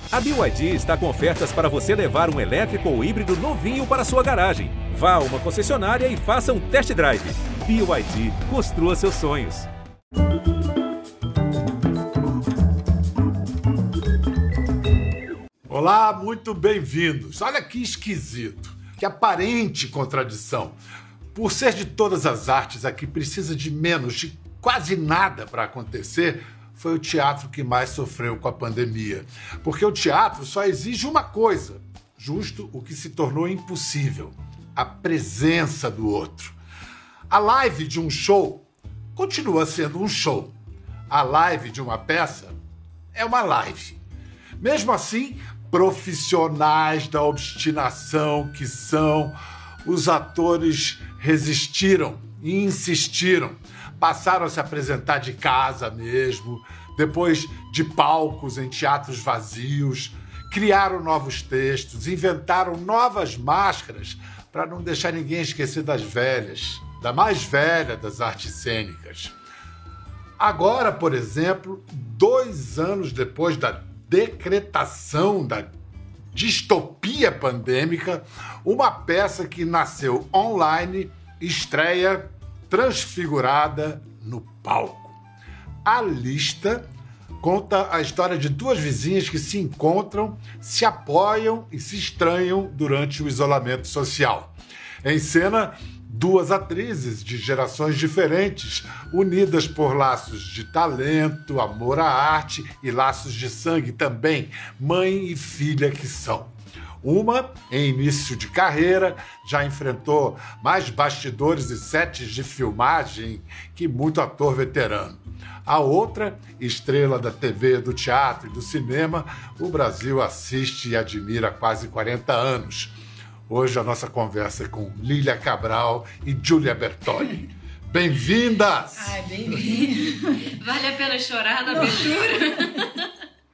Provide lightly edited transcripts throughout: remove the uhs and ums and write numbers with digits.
A BYD está com ofertas para você levar um elétrico ou híbrido novinho para sua garagem. Vá a uma concessionária e faça um test drive. BYD, construa seus sonhos. Olá, muito bem-vindos. Olha que esquisito, que aparente contradição. Por ser de todas as artes a que precisa de menos, de quase nada para acontecer, foi o teatro que mais sofreu com a pandemia. Porque o teatro só exige uma coisa, justo o que se tornou impossível: a presença do outro. A live de um show continua sendo um show. A live de uma peça é uma live. Mesmo assim, profissionais da obstinação que são, os atores resistiram e insistiram. Passaram a se apresentar de casa mesmo, depois de palcos em teatros vazios, criaram novos textos, inventaram novas máscaras para não deixar ninguém esquecer das velhas, da mais velha das artes cênicas. Agora, por exemplo, 2 anos depois da decretação da distopia pandêmica, uma peça que nasceu online estreia transfigurada no palco. A Lista conta a história de 2 vizinhas que se encontram, se apoiam e se estranham durante o isolamento social. Em cena, 2 atrizes de gerações diferentes, unidas por laços de talento, amor à arte e laços de sangue também, mãe e filha que são. Uma, em início de carreira, já enfrentou mais bastidores e sets de filmagem que muito ator veterano. A outra, estrela da TV, do teatro e do cinema, o Brasil assiste e admira há quase 40 anos. Hoje a nossa conversa é com Lília Cabral e Júlia Bertoli. Bem-vindas! Ai, bem-vindo. Vale a pena chorar na abertura?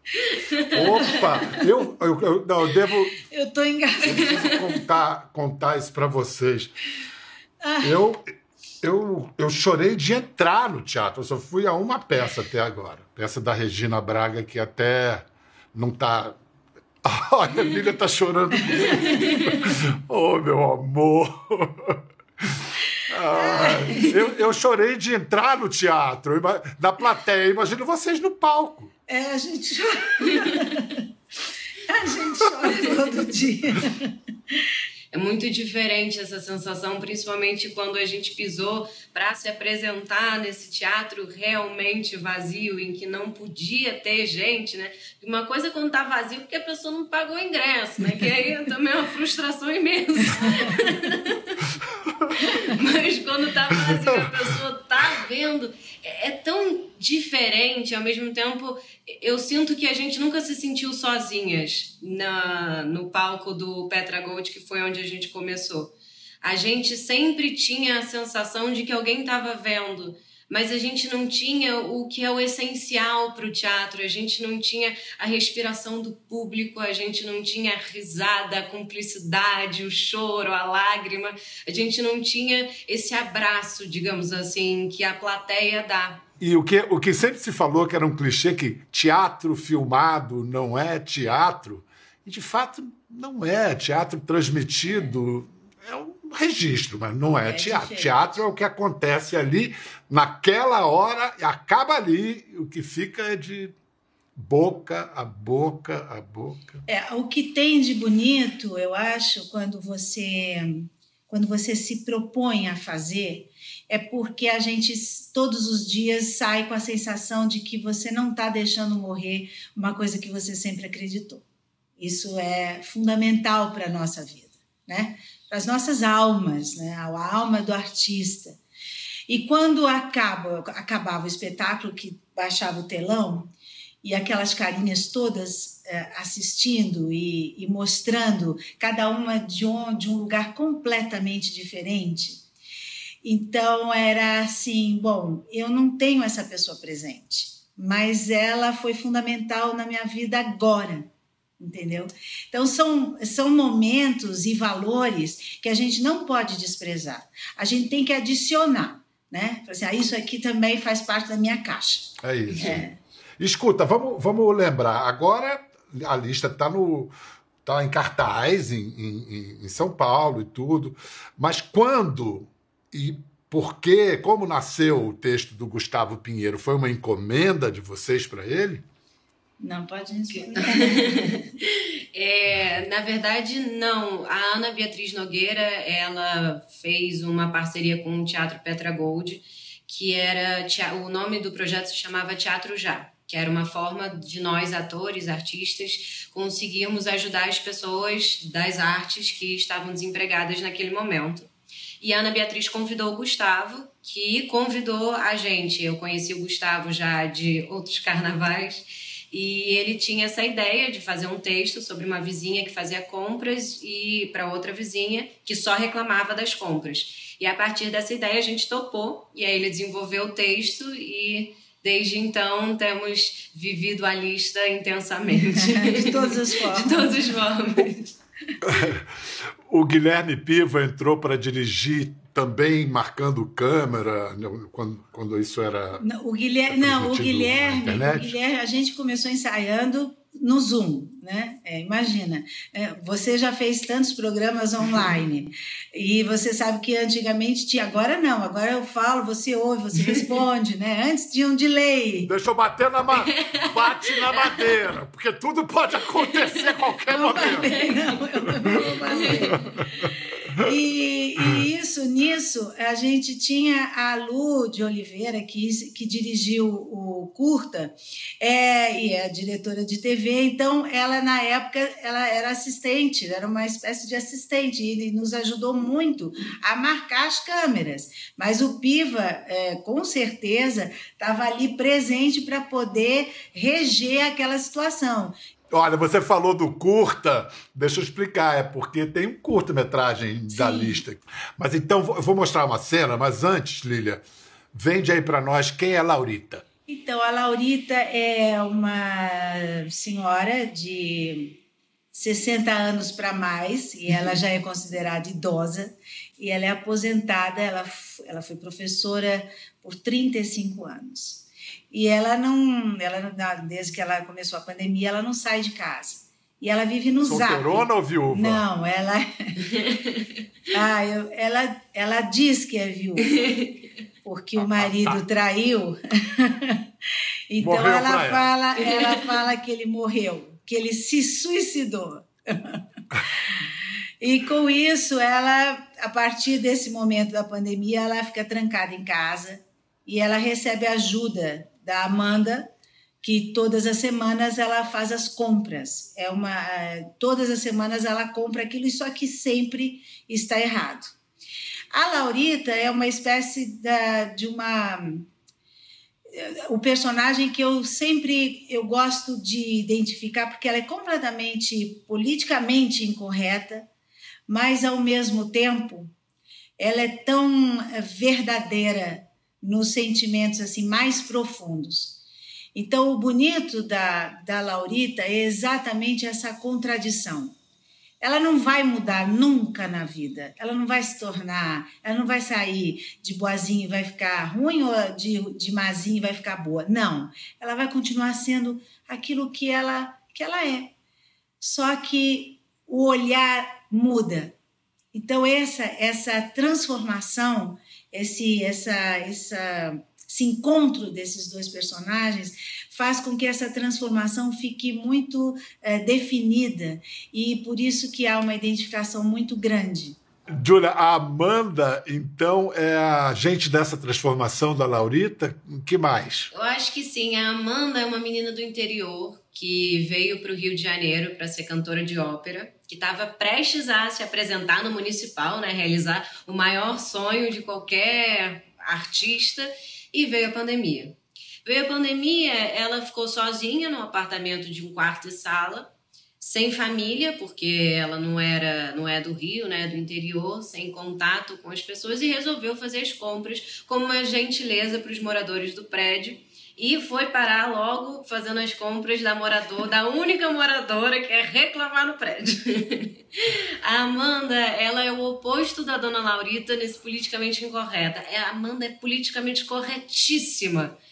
Opa! Eu devo... Eu tô engasgada. Eu preciso contar isso para vocês. Eu chorei de entrar no teatro. Eu só fui a uma peça até agora. Peça da Regina Braga, que até não tá... Olha, a Lília tá chorando. Oh, meu amor. Eu chorei de entrar no teatro, na plateia. Imagino vocês no palco. A gente chora. A gente chora todo dia. É muito diferente essa sensação, principalmente quando a gente pisou para se apresentar nesse teatro realmente vazio, em que não podia ter gente, né? Uma coisa é quando tá vazio porque a pessoa não pagou o ingresso, né? Que aí também é uma frustração imensa. Mas quando tá vazio, a pessoa tá vendo. É tão diferente, ao mesmo tempo, eu sinto que a gente nunca se sentiu sozinhas no palco do Petra Gold, que foi onde a gente começou. A gente sempre tinha a sensação de que alguém estava vendo, mas a gente não tinha o que é o essencial para o teatro, a gente não tinha a respiração do público, a gente não tinha a risada, a cumplicidade, o choro, a lágrima, a gente não tinha esse abraço, digamos assim, que a plateia dá. E o que sempre se falou que era um clichê, que teatro filmado não é teatro, e de fato não é. Teatro transmitido é um registro, mas não é teatro. Diferente. Teatro é o que acontece ali, naquela hora, e acaba ali, o que fica é de boca a boca a boca. O que tem de bonito, eu acho, quando você se propõe a fazer, é porque a gente todos os dias sai com a sensação de que você não está deixando morrer uma coisa que você sempre acreditou. Isso é fundamental para a nossa vida, né? Para as nossas almas, né? A alma do artista. E quando acabava o espetáculo, que baixava o telão, e aquelas carinhas todas assistindo e mostrando, cada uma de um lugar completamente diferente. Então era assim, bom, eu não tenho essa pessoa presente, mas ela foi fundamental na minha vida agora, entendeu? Então são momentos e valores que a gente não pode desprezar, a gente tem que adicionar, né? Assim, isso aqui também faz parte da minha caixa. É isso. Escuta, vamos lembrar. Agora, a lista está em cartaz em São Paulo e tudo. Mas quando e por quê? Como nasceu o texto do Gustavo Pinheiro? Foi uma encomenda de vocês para ele? Não, pode responder. Na verdade, não. A Ana Beatriz Nogueira, ela fez uma parceria com o Teatro Petra Gold, que era... O nome do projeto se chamava Teatro Já, que era uma forma de nós, atores, artistas, conseguirmos ajudar as pessoas das artes que estavam desempregadas naquele momento. E a Ana Beatriz convidou o Gustavo, que convidou a gente. Eu conheci o Gustavo já de outros carnavais, e ele tinha essa ideia de fazer um texto sobre uma vizinha que fazia compras e para outra vizinha que só reclamava das compras. E a partir dessa ideia a gente topou, e aí ele desenvolveu o texto e desde então temos vivido a lista intensamente. De todas as formas. De todas as formas. O Guilherme Piva entrou para dirigir também marcando câmera, quando isso era... O Guilherme, a gente começou ensaiando no Zoom, né? Imagina, você já fez tantos programas online e você sabe que antigamente tinha, agora não, agora eu falo, você ouve, você responde, né? Antes tinha um delay. Deixa eu bater bate na madeira, porque tudo pode acontecer a qualquer momento. Eu não vou bater. E nisso, a gente tinha a Lu de Oliveira, que dirigiu o curta, e é diretora de TV, então ela, na época, ela era assistente, era uma espécie de assistente, e nos ajudou muito a marcar as câmeras. Mas o Piva, com certeza, estava ali presente para poder reger aquela situação. Olha, você falou do curta, deixa eu explicar, é porque tem um curta-metragem da lista. Mas então, eu vou mostrar uma cena, mas antes, Lília, vende aí para nós quem é Laurita. Então, a Laurita é uma senhora de 60 anos para mais, e ela já é considerada idosa, e ela é aposentada, ela foi professora por 35 anos. E ela desde que ela começou a pandemia, ela não sai de casa. E ela vive no Zap. Solteirona ou viúva? Não, ela diz que é viúva, porque o marido traiu. Então morreu ela fala que ele morreu, que ele se suicidou. E com isso, ela, a partir desse momento da pandemia, ela fica trancada em casa e ela recebe ajuda da Amanda, que todas as semanas ela faz as compras. Todas as semanas ela compra aquilo, só que sempre está errado. A Laurita é uma espécie o personagem que eu gosto de identificar, porque ela é completamente politicamente incorreta, mas, ao mesmo tempo, ela é tão verdadeira nos sentimentos assim, mais profundos. Então, o bonito da Laurita é exatamente essa contradição. Ela não vai mudar nunca na vida, ela não vai sair de boazinha e vai ficar ruim ou de mazinha e vai ficar boa. Não, ela vai continuar sendo aquilo que ela é. Só que o olhar muda. Então, essa transformação, esse encontro desses dois personagens faz com que essa transformação fique muito definida, e por isso que há uma identificação muito grande. Júlia, a Amanda, então, é a agente dessa transformação da Laurita? O que mais? Eu acho que sim. A Amanda é uma menina do interior que veio para o Rio de Janeiro para ser cantora de ópera, que estava prestes a se apresentar no Municipal, né, realizar o maior sonho de qualquer artista, e veio a pandemia. Ela ficou sozinha num apartamento de um quarto e sala, sem família, porque ela não é do Rio, né, do interior, sem contato com as pessoas, e resolveu fazer as compras como uma gentileza para os moradores do prédio, e foi parar logo fazendo as compras da única moradora que quer reclamar no prédio. A Amanda, ela é o oposto da Dona Laurita nesse politicamente incorreta. A Amanda é politicamente corretíssima.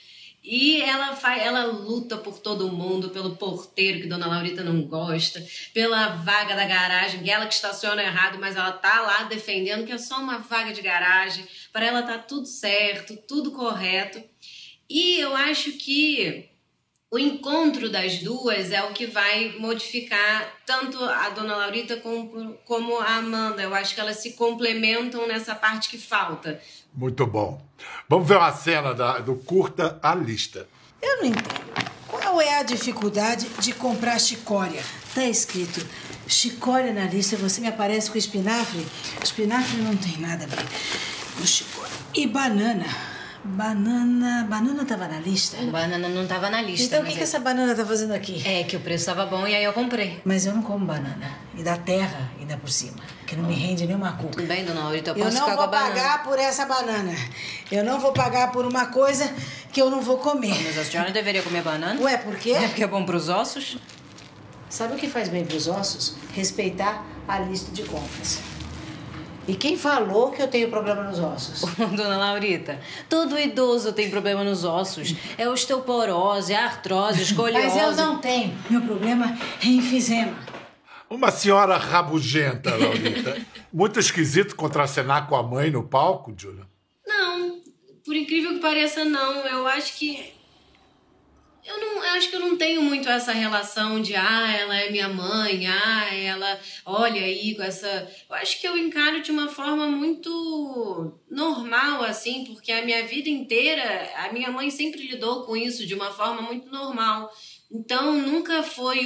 E ela luta por todo mundo, pelo porteiro que Dona Laurita não gosta, pela vaga da garagem, que ela que estaciona errado, mas ela tá lá defendendo que é só uma vaga de garagem, para ela tá tudo certo, tudo correto. E eu acho que o encontro das duas é o que vai modificar tanto a Dona Laurita como a Amanda. Eu acho que elas se complementam nessa parte que falta. Muito bom. Vamos ver uma cena do curta A Lista. Eu não entendo. Qual é a dificuldade de comprar chicória? Tá escrito chicória na lista, você me aparece com espinafre. Espinafre não tem nada a ver com chicória. E banana. Banana tava na lista? Banana não tava na lista. Então o que essa banana tá fazendo aqui? É que o preço tava bom e aí eu comprei. Mas eu não como banana. E da terra ainda por cima. Que não me rende nenhuma cuca. Tudo bem, Dona Laurita, eu Eu posso não ficar vou com a banana. pagar por essa banana. Eu não vou pagar por uma coisa que eu não vou comer. Mas a senhora deveria comer banana? Ué, por quê? É porque é bom pros ossos? Sabe o que faz bem pros ossos? Respeitar a lista de compras. E quem falou que eu tenho problema nos ossos? Dona Laurita, todo idoso tem problema nos ossos. É osteoporose, artrose, escoliose. Mas eu não tenho. Meu problema é enfisema. Uma senhora rabugenta, Laurita. Muito esquisito contracenar com a mãe no palco, Júlia. Não, por incrível que pareça, não. Eu acho que eu não tenho muito essa relação de ela é minha mãe, ela olha aí com essa... Eu acho que eu encaro de uma forma muito normal, assim, porque a minha vida inteira, a minha mãe sempre lidou com isso de uma forma muito normal. Então, nunca foi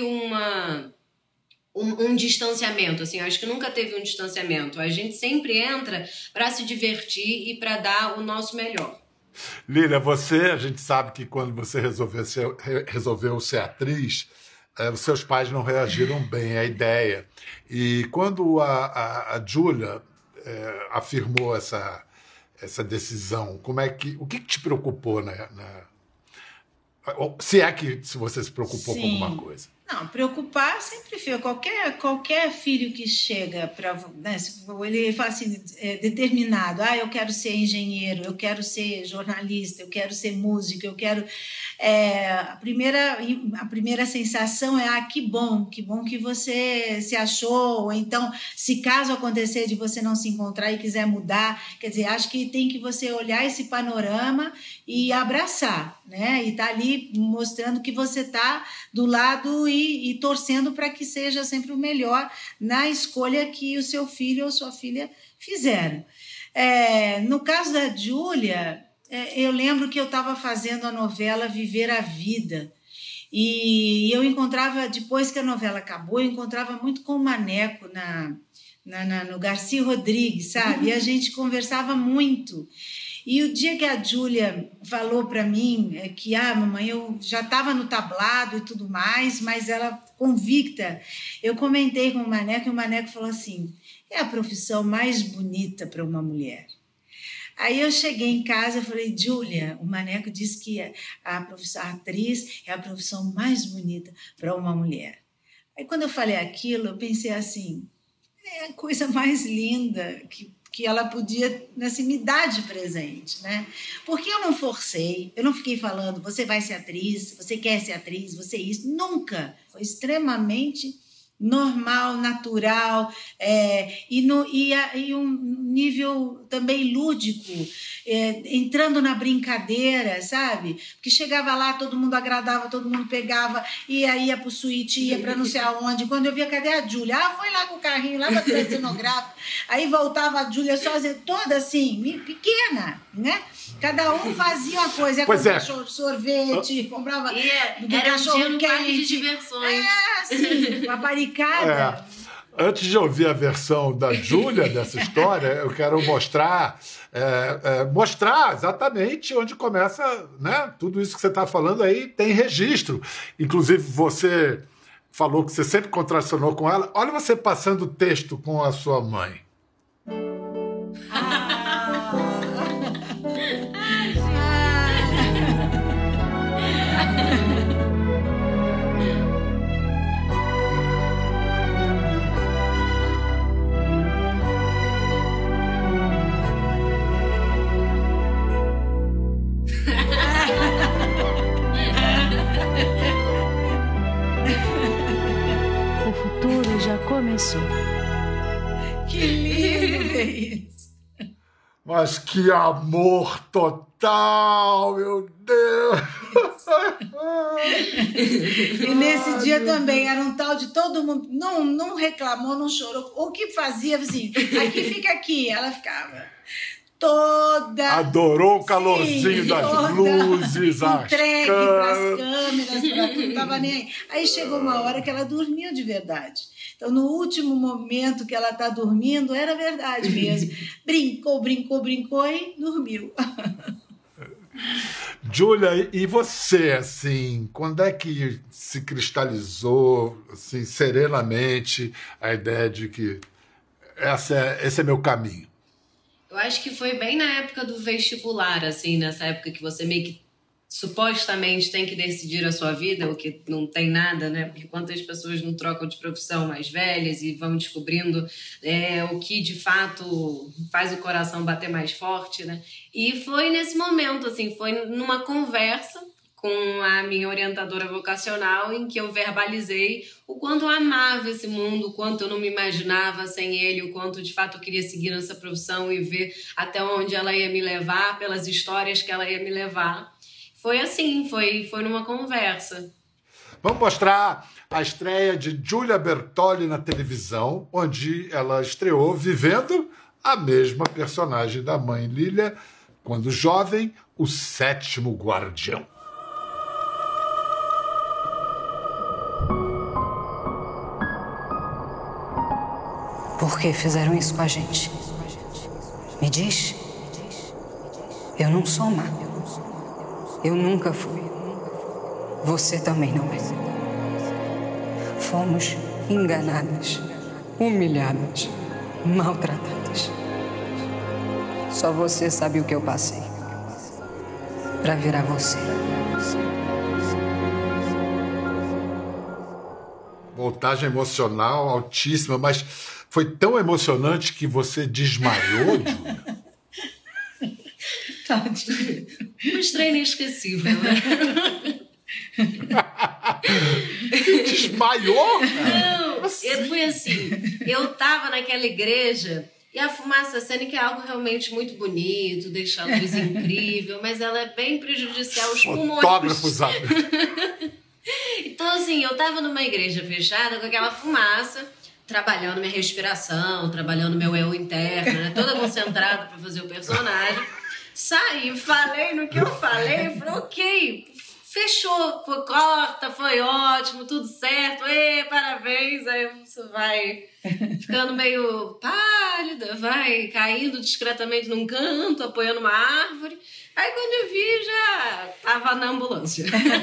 um distanciamento, assim, eu acho que nunca teve um distanciamento. A gente sempre entra para se divertir e para dar o nosso melhor. Lília, a gente sabe que quando você resolveu ser atriz, os seus pais não reagiram bem à ideia. E quando a Júlia afirmou essa decisão, o que te preocupou se você se preocupou com alguma coisa? Não, preocupar sempre fica. Qualquer filho que chega para... Né, ele fala assim, determinado, eu quero ser engenheiro, eu quero ser jornalista, eu quero ser músico, eu quero... a primeira sensação é, que bom que você se achou, ou então, se caso acontecer de você não se encontrar e quiser mudar, quer dizer, acho que tem que você olhar esse panorama e abraçar, né? E tá ali mostrando que você tá do lado e torcendo para que seja sempre o melhor na escolha que o seu filho ou sua filha fizeram. No caso da Júlia, eu lembro que eu estava fazendo a novela Viver a Vida, e eu encontrava, depois que a novela acabou, eu encontrava muito com o Maneco no Garcia Rodrigues, sabe? E a gente conversava muito. E o dia que a Júlia falou para mim que, mamãe, eu já estava no tablado e tudo mais, mas ela convicta, eu comentei com o Maneco, e o Maneco falou assim, é a profissão mais bonita para uma mulher. Aí eu cheguei em casa e falei, Júlia, o Maneco disse que a atriz é a profissão mais bonita para uma mulher. Aí quando eu falei aquilo, eu pensei assim, é a coisa mais linda que ela podia, assim, me dar de presente, né? Porque eu não forcei, eu não fiquei falando, você vai ser atriz, você quer ser atriz, você isso, nunca. Foi extremamente normal, natural, e um nível também lúdico, entrando na brincadeira, sabe? Porque chegava lá, todo mundo agradava, todo mundo pegava, e aí ia pro suíte, ia pra não sei aonde. Quando eu via, cadê a Júlia? Foi lá com o carrinho, lá pra trás do cenográfico. Aí voltava a Júlia sozinha, toda assim, pequena, né? Cada um fazia uma coisa, sorvete, comprava do cachorro quente. De diversões. Assim, uma barricada. Antes de ouvir a versão da Júlia dessa história, eu quero mostrar exatamente onde começa, né? Tudo isso que você está falando aí tem registro. Inclusive, você falou que você sempre contracionou com ela. Olha você passando o texto com a sua mãe. futuro já começou. Que lindo ver isso. Mas que amor total, meu Deus! E nesse dia também era um tal de todo mundo, não reclamou, não chorou. O que fazia, assim, aqui fica aqui. Ela ficava toda... Adorou o calorzinho das luzes, as entregue para as câmeras, para tudo, não estava nem aí. Aí chegou uma hora que ela dormiu de verdade. Então, no último momento que ela está dormindo, era verdade mesmo. Brincou e dormiu. Júlia, e você, assim, quando é que se cristalizou, assim, serenamente, a ideia de que esse é meu caminho? Eu acho que foi bem na época do vestibular, assim, nessa época que você meio que supostamente tem que decidir a sua vida, o que não tem nada, né? Porque quantas pessoas não trocam de profissão mais velhas e vão descobrindo o que de fato faz o coração bater mais forte, né? E foi nesse momento, assim, foi numa conversa com a minha orientadora vocacional em que eu verbalizei o quanto eu amava esse mundo, o quanto eu não me imaginava sem ele, o quanto de fato eu queria seguir nessa profissão e ver até onde ela ia me levar, pelas histórias que ela ia me levar. Foi assim, foi numa conversa. Vamos mostrar a estreia de Júlia Bertoli na televisão, onde ela estreou vivendo a mesma personagem da mãe Lília, quando jovem, o 7º Guardião. Por que fizeram isso com a gente? Me diz. Eu não sou má. Eu nunca fui. Você também não é. Fomos enganadas, humilhadas, maltratadas. Só você sabe o que eu passei para virar você. Voltagem emocional altíssima, mas foi tão emocionante que você desmaiou, Júlia? Uma estreia inesquecível, né? Desmaiou? Não, foi assim, eu tava naquela igreja e a fumaça cênica é algo realmente muito bonito, deixa a luz incrível, mas ela é bem prejudicial aos pulmões. Fotógrafos. Então, assim, eu tava numa igreja fechada com aquela fumaça, trabalhando minha respiração, trabalhando meu eu interno, né? Toda concentrada para fazer o personagem. Saí, falei no que eu falei, falei, ok, fechou, foi corta, foi ótimo, tudo certo, parabéns. Aí você vai ficando meio pálida, vai caindo discretamente num canto, apoiando uma árvore. Aí quando eu vi, já tava na ambulância.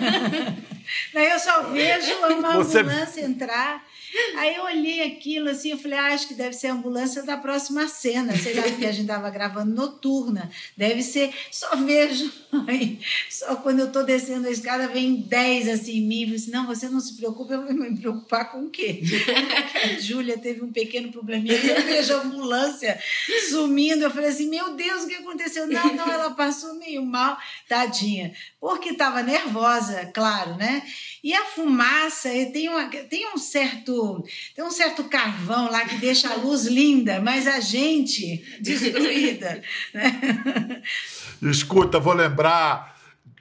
Eu só vejo uma ambulância entrar. Aí eu olhei aquilo assim, eu falei, acho que deve ser a ambulância da próxima cena, sei lá, porque a gente estava gravando noturna, deve ser, só vejo, aí, só quando eu estou descendo a escada, vem 10 assim em mim, e assim, não, você não se preocupe, eu vou me preocupar com o quê? Porque a Júlia teve um pequeno probleminha, eu vejo a ambulância sumindo, eu falei assim, meu Deus, o que aconteceu? Não, ela passou meio mal, tadinha, porque estava nervosa, claro, né? E a fumaça, tem um certo carvão lá que deixa a luz linda, mas a gente destruída. Né? Escuta, vou lembrar,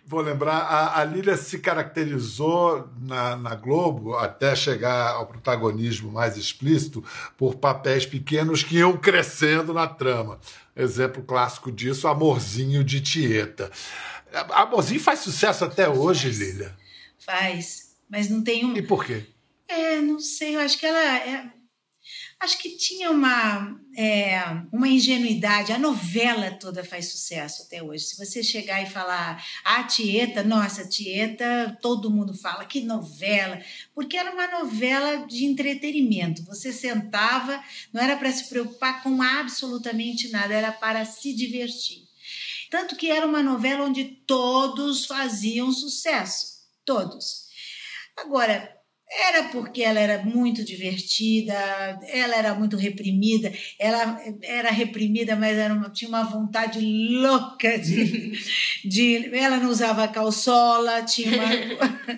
a Lília se caracterizou na Globo, até chegar ao protagonismo mais explícito, por papéis pequenos que iam crescendo na trama. Exemplo clássico disso, Amorzinho de Tieta. Amorzinho faz sucesso até hoje, Lília? Faz, mas não tem um... E por quê? Não sei, eu acho que acho que tinha uma ingenuidade, a novela toda faz sucesso até hoje. Se você chegar e falar, Tieta, nossa, Tieta, todo mundo fala, que novela, porque era uma novela de entretenimento, você sentava, não era para se preocupar com absolutamente nada, era para se divertir. Tanto que era uma novela onde todos faziam sucesso, todos. Agora, era porque ela era muito divertida, ela era muito reprimida, ela era reprimida, mas tinha uma vontade louca de ela não usava calçola, tinha uma...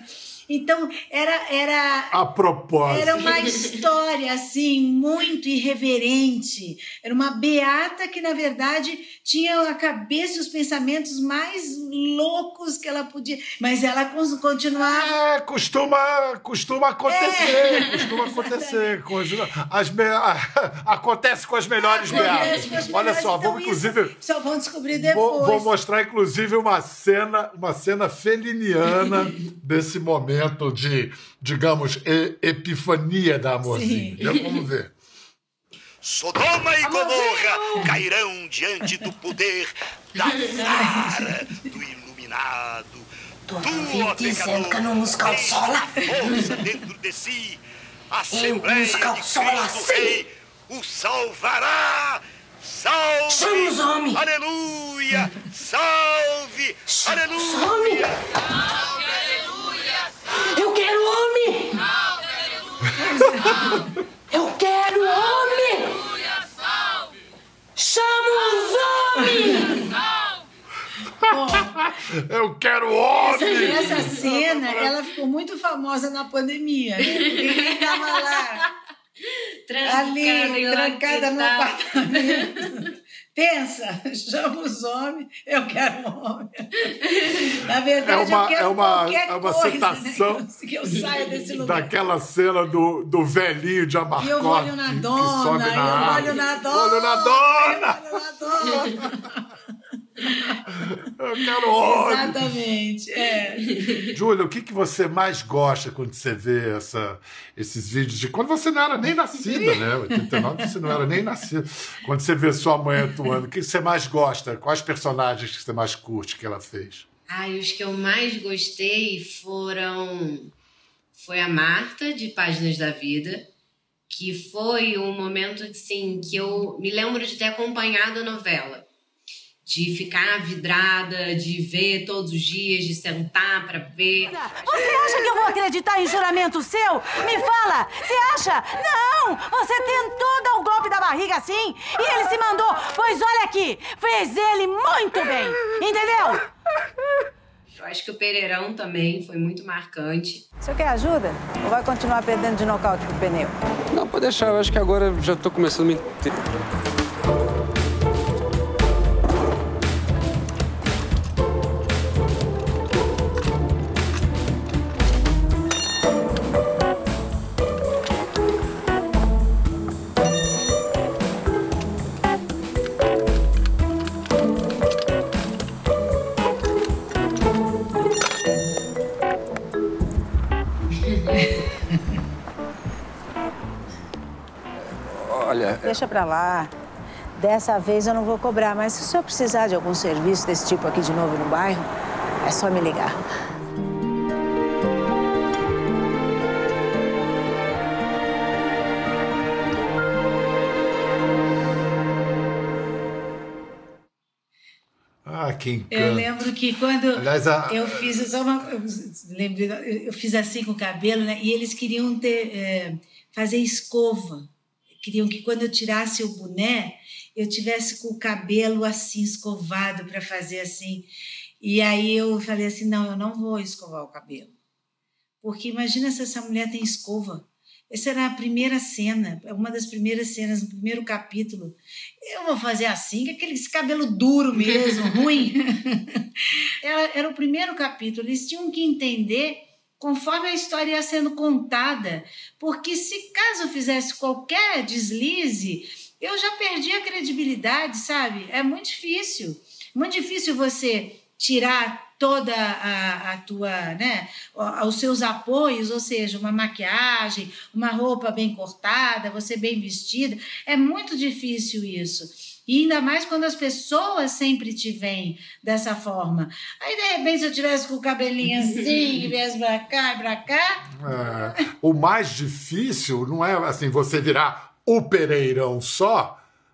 Então, era A propósito. Era uma história, assim, muito irreverente. Era uma beata que, na verdade, tinha a cabeça e os pensamentos mais loucos que ela podia... Mas ela continuava... Costuma acontecer. Costuma acontecer. Acontece com as melhores beatas. Olha só, então, vamos, inclusive... Só vão descobrir depois. Vou mostrar, inclusive, uma cena feliniana desse momento de, digamos, epifania da amorzinha. Vamos ver. Sodoma e Gomorra cairão diante do poder da vara do iluminado. Tô ouvindo dizendo que não usa calçola. Força dentro de si, a Assembleia uso de calçola Cristo assim. Rei o salvará. Salve! Chama os homens! Aleluia! Salve! Chama os Aleluia! homens! Eu quero homem! Eu quero homem! Chama os homens! Eu quero homem! Essa cena, ela ficou muito famosa na pandemia, né? Porque quem tava lá, trancada no apartamento. Pensa, chama os homens, eu quero homem. Na verdade, eu quero qualquer coisa, citação, né? Que eu saia desse lugar. daquela cena do velhinho de Amarcord. E eu olho na dona, eu olho na dona. Eu quero homem. Exatamente, Júlia, o que você mais gosta quando você vê esses vídeos de quando você não era nem nascida, né? 89 você não era nem nascida. Quando você vê sua mãe atuando, o que você mais gosta? Quais personagens que você mais curte que ela fez? Os que eu mais gostei foi a Marta, de Páginas da Vida, que foi um momento assim, que eu me lembro de ter acompanhado a novela. De ficar vidrada, de ver todos os dias, de sentar pra ver. Você acha que eu vou acreditar em juramento seu? Me fala! Você acha? Não! Você tentou dar o golpe da barriga assim e ele se mandou. Pois olha aqui, fez ele muito bem, entendeu? Eu acho que o Pereirão também foi muito marcante. Você quer ajuda? Ou vai continuar perdendo de nocaute pro pneu? Não, pode deixar. Eu acho que agora já tô começando a me... Olha... Deixa pra lá. Dessa vez eu não vou cobrar, mas se o senhor precisar de algum serviço desse tipo aqui de novo no bairro, é só me ligar. Que encanto. Eu lembro que quando eu fiz eu fiz assim com o cabelo, né? E eles queriam fazer escova. Queriam que quando eu tirasse o boné, eu tivesse com o cabelo assim escovado para fazer assim. E aí eu falei assim, não, eu não vou escovar o cabelo. Porque imagina se essa mulher tem escova. Essa era a primeira cena, uma das primeiras cenas, no primeiro capítulo. Eu vou fazer assim, com aquele cabelo duro mesmo, ruim. Era o primeiro capítulo. Eles tinham que entender conforme a história ia sendo contada, porque se caso eu fizesse qualquer deslize, eu já perdi a credibilidade, sabe? É muito difícil. Muito difícil você tirar toda a tua, né, os seus apoios, ou seja, uma maquiagem, uma roupa bem cortada, você bem vestida. É muito difícil isso. E ainda mais quando as pessoas sempre te veem dessa forma. Aí, de repente, se eu tivesse com o cabelinho assim, e viesse pra cá e pra cá... O mais difícil não é assim, você virar o Pereirão só,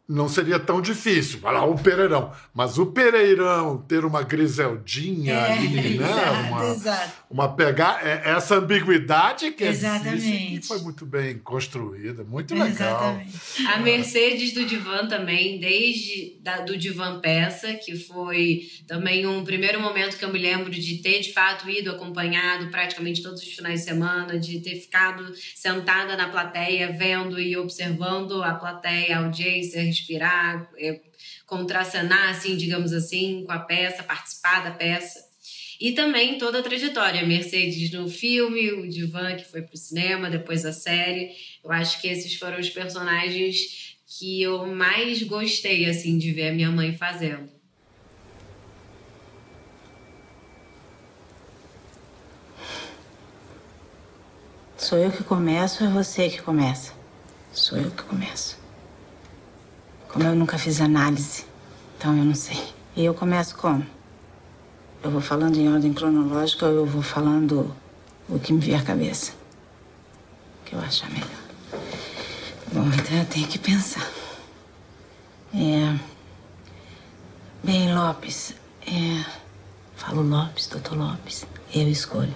não seria tão difícil. Vai lá, o Pereirão. Mas o Pereirão ter uma Griseldinha ali, né? Exato. Uma essa ambiguidade que exatamente. Que foi muito bem construída, muito legal. Exatamente. A Mercedes do Divã também, desde do Divã Peça, que foi também um primeiro momento que eu me lembro de ter, de fato, ido acompanhado praticamente todos os finais de semana, de ter ficado sentada na plateia, vendo e observando a plateia, a audiência, respirar, contracenar, assim, digamos assim, com a peça, participar da peça. E também toda a trajetória, a Mercedes no filme, o Divã que foi pro cinema, depois a série. Eu acho que esses foram os personagens que eu mais gostei, assim, de ver a minha mãe fazendo. Sou eu que começo ou é você que começa? Sou eu que começo. Como eu nunca fiz análise, então eu não sei. E eu começo como? Eu vou falando em ordem cronológica ou eu vou falando o que me vier à cabeça? O que eu achar melhor. Bom, então eu tenho que pensar. Bem, Lopes. Falo Lopes, doutor Lopes. Eu escolho.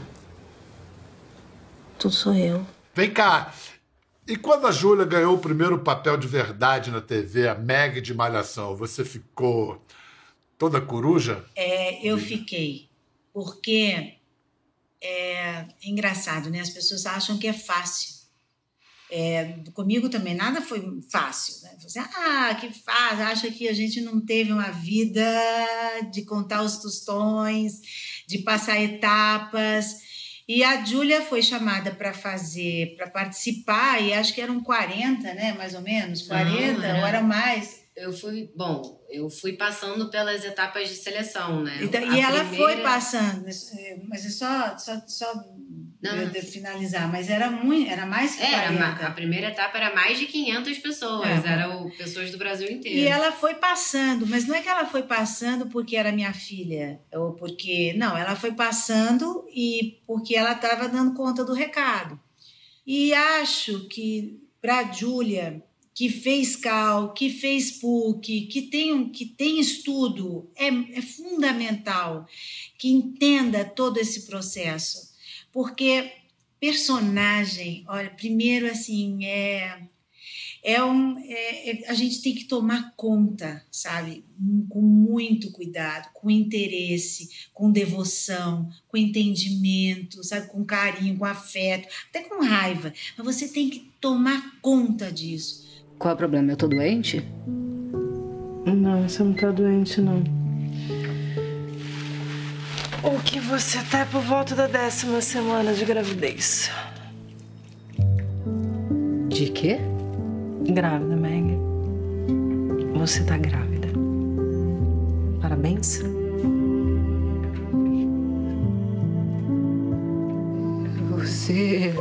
Tudo sou eu. Vem cá. E quando a Júlia ganhou o primeiro papel de verdade na TV, a Meg de Malhação, você ficou toda coruja? Eu fiquei. Porque é engraçado, né? As pessoas acham que é fácil. Comigo também nada foi fácil, né? Você, que fácil. Acha que a gente não teve uma vida de contar os tostões, de passar etapas. E a Júlia foi chamada para participar, e acho que eram 40, né? Mais ou menos, 40, ou era mais. Eu fui passando pelas etapas de seleção, né? E ela foi passando, mas é só de finalizar, mas era mais que 40. A primeira etapa era mais de 500 pessoas, eram pessoas do Brasil inteiro. E ela foi passando, mas não é que ela foi passando porque era minha filha, ou porque... Não, ela foi passando e porque ela estava dando conta do recado. E acho que para a Júlia, que fez Cal, que fez PUC, que tem estudo, é fundamental que entenda todo esse processo. Porque personagem, olha, primeiro assim, a gente tem que tomar conta, sabe? Com muito cuidado, com interesse, com devoção, com entendimento, sabe? Com carinho, com afeto, até com raiva. Mas você tem que tomar conta disso. Qual é o problema? Eu tô doente? Não, você não tá doente, não. O que você tá é por volta da 10ª semana de gravidez. De quê? Grávida, Meg. Você tá grávida. Parabéns. Você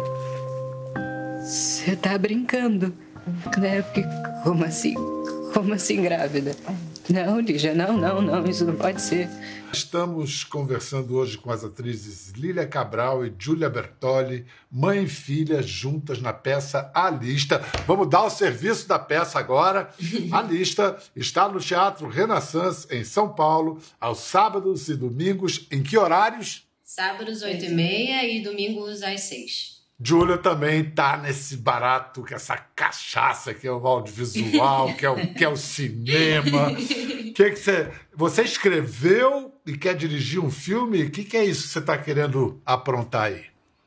tá brincando, né? Porque como assim grávida? Não, Lígia, não, isso não pode ser. Estamos conversando hoje com as atrizes Lília Cabral e Júlia Bertoli, mãe e filha juntas na peça A Lista. Vamos dar o serviço da peça agora. A Lista está no Teatro Renaissance, em São Paulo, aos sábados e domingos. Em que horários? Sábados, 8h30 e domingos às 6h. Júlia também tá nesse barato, que essa cachaça que é o audiovisual, que é o cinema. Você escreveu e quer dirigir um filme? O que é isso que você está querendo aprontar aí?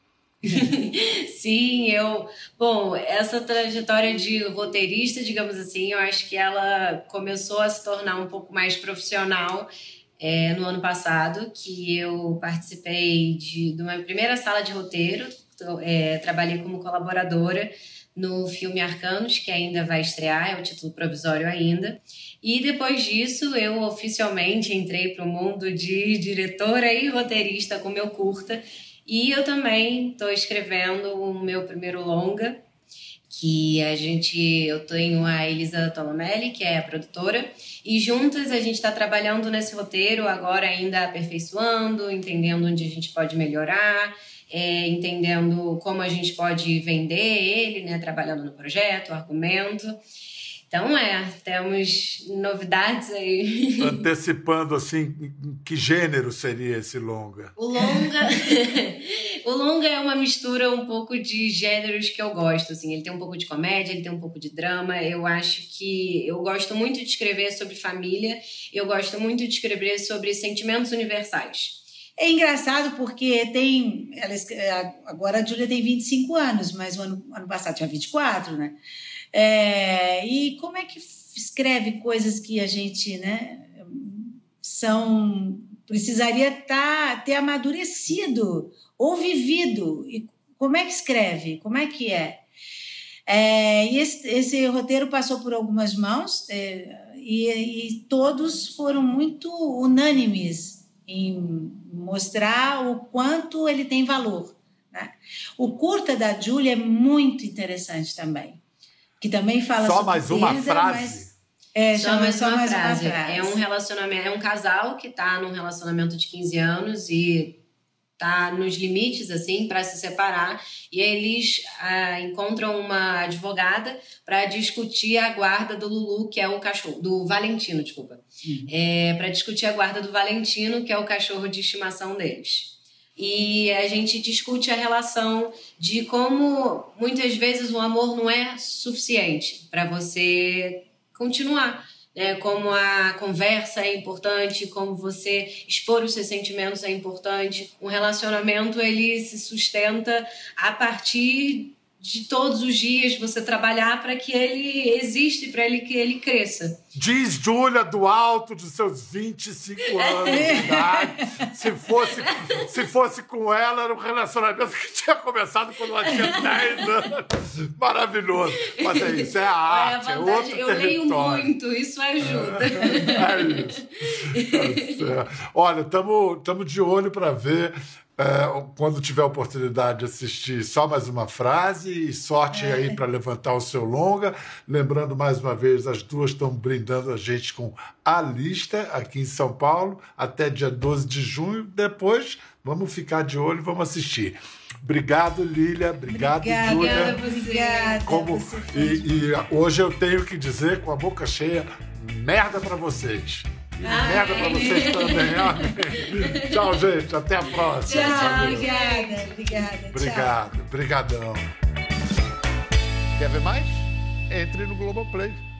Sim, essa trajetória de roteirista, digamos assim, eu acho que ela começou a se tornar um pouco mais profissional no ano passado, que eu participei de uma primeira sala de roteiro. Trabalhei como colaboradora no filme Arcanos, que ainda vai estrear, é o título provisório ainda. E depois disso, eu oficialmente entrei para o mundo de diretora e roteirista com meu curta. E eu também estou escrevendo o meu primeiro longa, que eu tenho a Elisa Tolomelli, que é a produtora, e juntas a gente está trabalhando nesse roteiro, agora ainda aperfeiçoando, entendendo onde a gente pode melhorar, entendendo como a gente pode vender ele, né, trabalhando no projeto, argumento. Então, temos novidades aí. Antecipando, assim, que gênero seria esse longa? O longa é uma mistura um pouco de gêneros que eu gosto, assim. Ele tem um pouco de comédia, ele tem um pouco de drama. Eu acho que eu gosto muito de escrever sobre família, eu gosto muito de escrever sobre sentimentos universais. É engraçado porque agora a Júlia tem 25 anos, mas o ano passado tinha 24, né? E como é que escreve coisas que a gente, né, precisaria ter amadurecido ou vivido? E como é que escreve? Como é que é? E esse roteiro passou por algumas mãos e todos foram muito unânimes em mostrar o quanto ele tem valor, né? O curta da Júlia é muito interessante também, que também fala só sobre mais uma frase. Só mais uma frase. É um relacionamento, é um casal que está num relacionamento de 15 anos e tá nos limites, assim, para se separar, e eles encontram uma advogada para discutir a guarda do Lulu, que é o cachorro, do Valentino, desculpa. Para discutir a guarda do Valentino, que é o cachorro de estimação deles. E a gente discute a relação de como, muitas vezes, o amor não é suficiente para você continuar. Como a conversa é importante, como você expor os seus sentimentos é importante. Um relacionamento, ele se sustenta a partir de todos os dias você trabalhar para que ele exista e para que ele cresça. Diz Júlia do alto de seus 25 anos de idade. Se fosse com ela, era um relacionamento que tinha começado quando ela tinha 10 anos. Maravilhoso. Mas isso, é a arte, é outro território. Eu leio muito, isso ajuda. Isso. Olha, estamos de olho para ver quando tiver a oportunidade de assistir Só Mais Uma Frase, e sorte aí para levantar o seu longa. Lembrando mais uma vez, as duas estão brindando a gente com A Lista aqui em São Paulo até dia 12 de junho. Depois vamos ficar de olho e vamos assistir. Obrigado, Lília. Obrigado, Júlia. Obrigada. E hoje eu tenho que dizer, com a boca cheia, merda para vocês. E merda pra vocês também. Amém. Tchau, gente. Até a próxima. Tchau. Obrigada. Obrigado. Obrigadão. Quer ver mais? Entre no Globoplay.